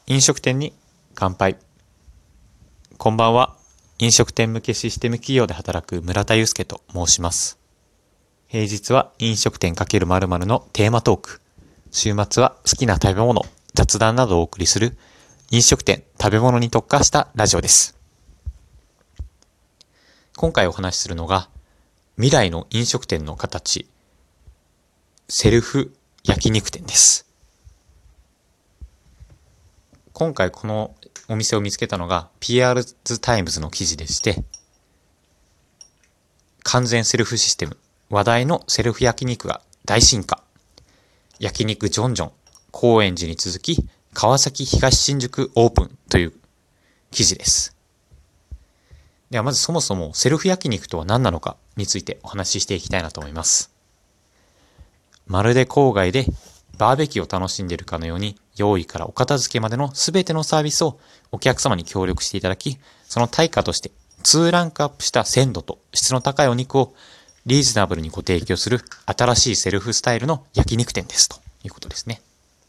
飲食店に乾杯。こんばんは。飲食店向けシステム企業で働く村田祐介と申します。平日は飲食店×〇〇のテーマトーク。週末は好きな食べ物、雑談などをお送りする飲食店、食べ物に特化したラジオです。今回お話しするのが未来の飲食店の形、セルフ焼肉店です。今回このお店を見つけたのが PR ズタイムズの記事でして、完全セルフシステム、話題のセルフ焼肉が大進化、焼肉ジョンジョン、高円寺に続き川崎東新宿オープンという記事です。ではまずそもそもセルフ焼肉とは何なのかについてお話ししていきたいなと思います。まるで郊外でバーベキューを楽しんでいるかのように、用意からお片付けまでのすべてのサービスをお客様に協力していただき、その対価として2ランクアップした鮮度と質の高いお肉をリーズナブルにご提供する新しいセルフスタイルの焼肉店ですということですね。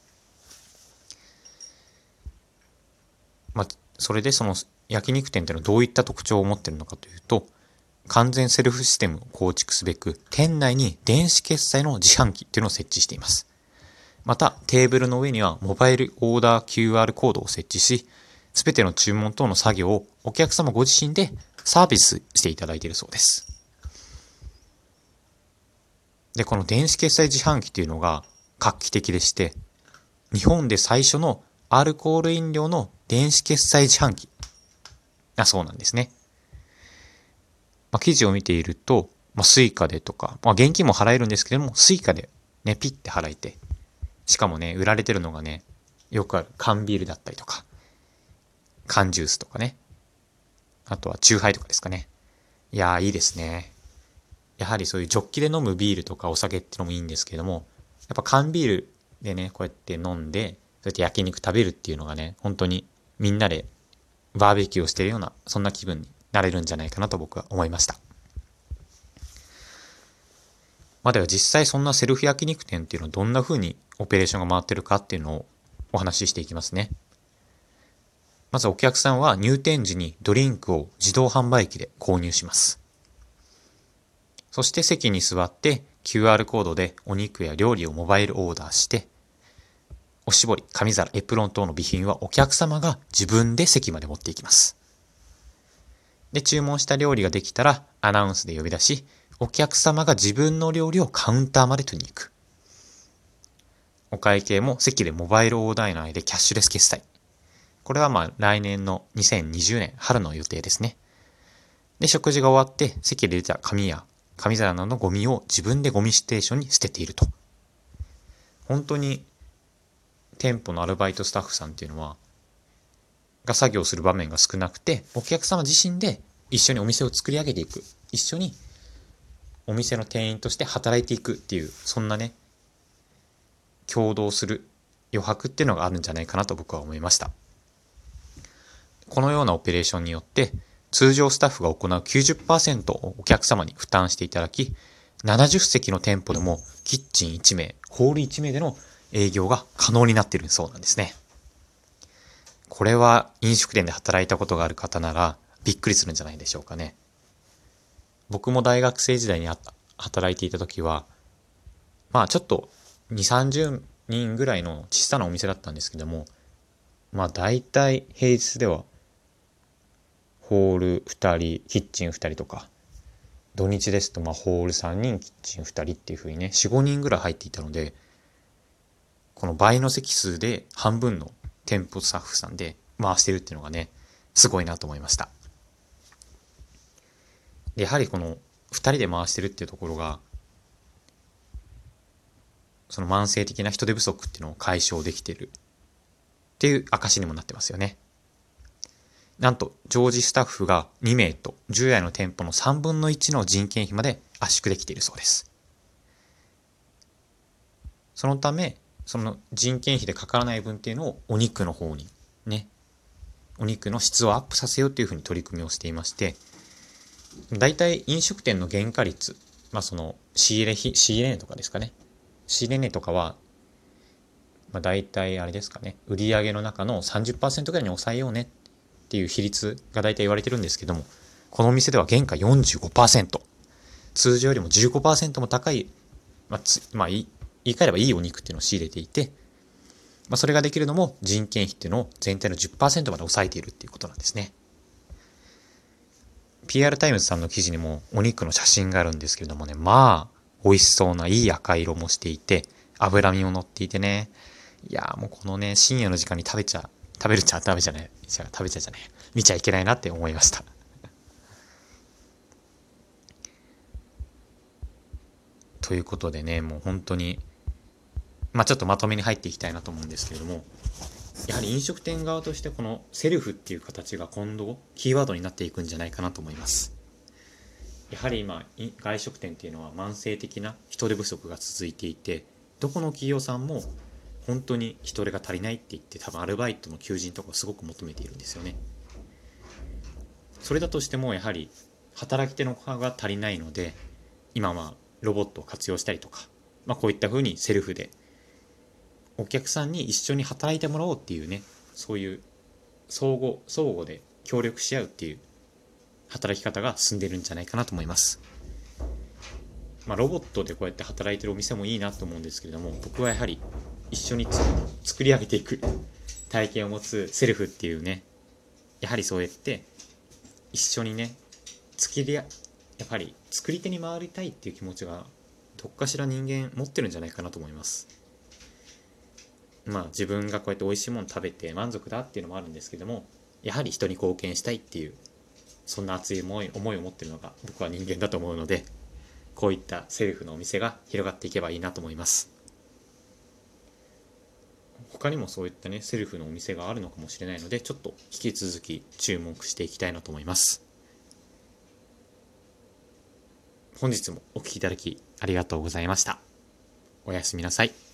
それでその焼肉店っていうのはどういった特徴を持っているのかというと、完全セルフシステムを構築すべく、店内に電子決済の自販機っていうのを設置しています。また、テーブルの上にはモバイルオーダー QR コードを設置し、すべての注文等の作業をお客様ご自身でサービスしていただいているそうです。で、この電子決済自販機というのが画期的でして、日本で最初のアルコール飲料の電子決済自販機だそうなんですね。記事を見ていると、スイカでとか、現金も払えるんですけれども、スイカでね、ピッて払えて、しかもね、売られてるのがね、よくある缶ビールだったりとか、缶ジュースとかね。あとはチューハイとかですかね。いやーいいですね。やはりそういうジョッキで飲むビールとかお酒ってのもいいんですけども、やっぱ缶ビールでね、こうやって飲んで、そうやって焼肉食べるっていうのがね、本当にみんなでバーベキューをしているような、そんな気分になれるんじゃないかなと僕は思いました。では実際そんなセルフ焼肉店っていうのはどんな風にオペレーションが回ってるかっていうのをお話ししていきますね。まずお客さんは入店時にドリンクを自動販売機で購入します。そして席に座って QR コードでお肉や料理をモバイルオーダーして、おしぼり、紙皿、エプロン等の備品はお客様が自分で席まで持っていきます。で、注文した料理ができたらアナウンスで呼び出し、お客様が自分の料理をカウンターまで取りに行く。お会計も席でモバイルオーダー内でキャッシュレス決済。これは来年の2020年春の予定ですね。で、食事が終わって席で出た紙や紙皿などのゴミを自分でゴミステーションに捨てていると。本当に店舗のアルバイトスタッフさんっていうのはが作業する場面が少なくて、お客様自身で一緒にお店を作り上げていく、一緒にお店の店員として働いていくっていう、そんなね、共同する余白っていうのがあるんじゃないかなと僕は思いました。このようなオペレーションによって通常スタッフが行う 90% をお客様に負担していただき、70席の店舗でもキッチン1名、ホール1名での営業が可能になっているそうなんですね。これは飲食店で働いたことがある方ならびっくりするんじゃないでしょうかね。僕も大学生時代に働いていた時は、ちょっと2、30人ぐらいの小さなお店だったんですけども、大体平日ではホール2人、キッチン2人とか、土日ですとホール3人、キッチン2人っていう風にね、4、5人ぐらい入っていたので、この倍の席数で半分の店舗スタッフさんで回してるっていうのがね、すごいなと思いました。で、やはりこの2人で回してるっていうところが、その慢性的な人手不足っていうのを解消できているっていう証にもなってますよね。なんと常時スタッフが2名と従来の店舗の3分の1の人件費まで圧縮できているそうです。そのためその人件費でかからない分っていうのをお肉の方にね、お肉の質をアップさせようっていうふうに取り組みをしていまして、だいたい飲食店の原価率、その仕入れ値とかですかね、仕入れ値とかは大体あれですかね、売上の中の 30% ぐらいに抑えようねっていう比率が大体言われてるんですけども、このお店では原価 45%、通常よりも 15% も高い、言い換えればいいお肉っていうのを仕入れていて、それができるのも人件費っていうのを全体の 10% まで抑えているっていうことなんですね。PR タイムズさんの記事にもお肉の写真があるんですけれどもね、美味しそうないい赤色もしていて、脂身も乗っていてね、いやもうこのね、深夜の時間に食べちゃ見ちゃいけないなって思いました。ということでね、もう本当に、ちょっとまとめに入っていきたいなと思うんですけれども、やはり飲食店側としてこのセルフっていう形が今後キーワードになっていくんじゃないかなと思います。やはり今外食店っていうのは慢性的な人手不足が続いていて、どこの企業さんも本当に人手が足りないって言って、多分アルバイトの求人とかをすごく求めているんですよね。それだとしてもやはり働き手の数が足りないので、今ロボットを活用したりとか、こういった風にセルフでお客さんに一緒に働いてもらおうっていうね、そういう相互で協力し合うっていう働き方が進んでいるんじゃないかなと思います。ロボットでこうやって働いてるお店もいいなと思うんですけれども、僕はやはり一緒に作り上げていく体験を持つセルフっていうね、やはりそうやって一緒にね、やっぱり作り手に回りたいっていう気持ちがどっかしら人間持ってるんじゃないかなと思います。自分がこうやって美味しいもの食べて満足だっていうのもあるんですけども、やはり人に貢献したいっていう、そんな熱い思いを持ってるのが僕は人間だと思うので、こういったセルフのお店が広がっていけばいいなと思います。他にもそういったね、セルフのお店があるのかもしれないので、ちょっと引き続き注目していきたいなと思います。本日もお聞きいただきありがとうございました。おやすみなさい。